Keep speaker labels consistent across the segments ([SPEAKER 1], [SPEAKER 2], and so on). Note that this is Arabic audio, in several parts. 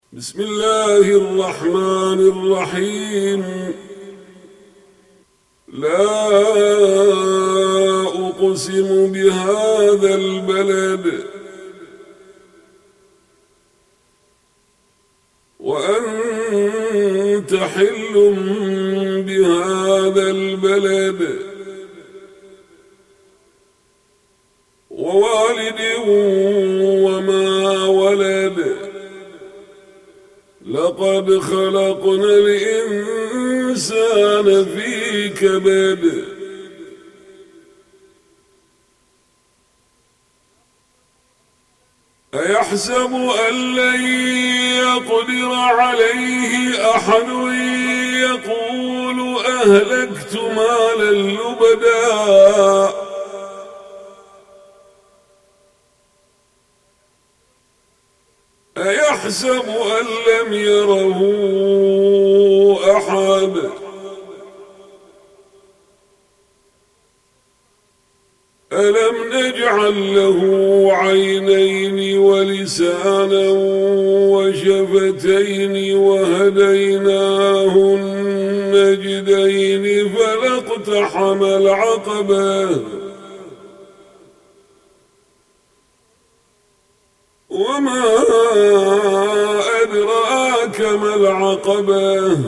[SPEAKER 1] بسم الله الرحمن الرحيم. لا أقسم بهذا البلد وأنت حل بهذا البلد ووالد وما ولد. لقد خلقنا الإنسان في كبد. أيحسب أن لن يقدر عليه أحد يقول أهلكت مالا لبدا أيحسب أن لم يره أحد ألم نجعل له عينين ولسانا وشفتين وهديناه النجدين فلا اقتحم العقبة وما أدراك ما العقبة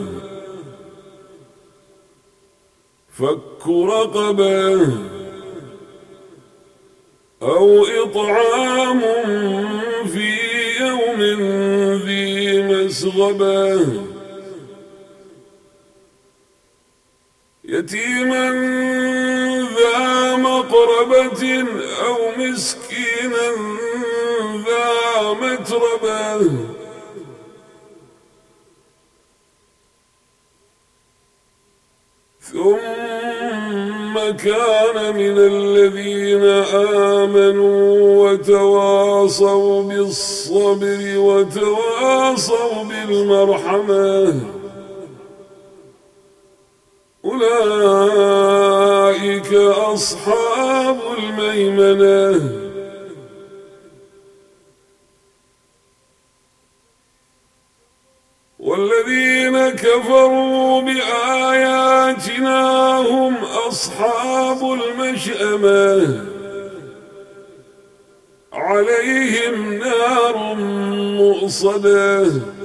[SPEAKER 1] فك رقبة أو إطعام في يوم ذي مسغبة يتيما ذا مقربة أو مسكينا ذا متربة ثم كان من الذين آمنوا وتواصوا بالصبر وتواصوا بالمرحمة أولئك أصحاب الميمنة. والذين كفروا بآياتنا هم أصحاب المشأمة عليهم نار مؤصدة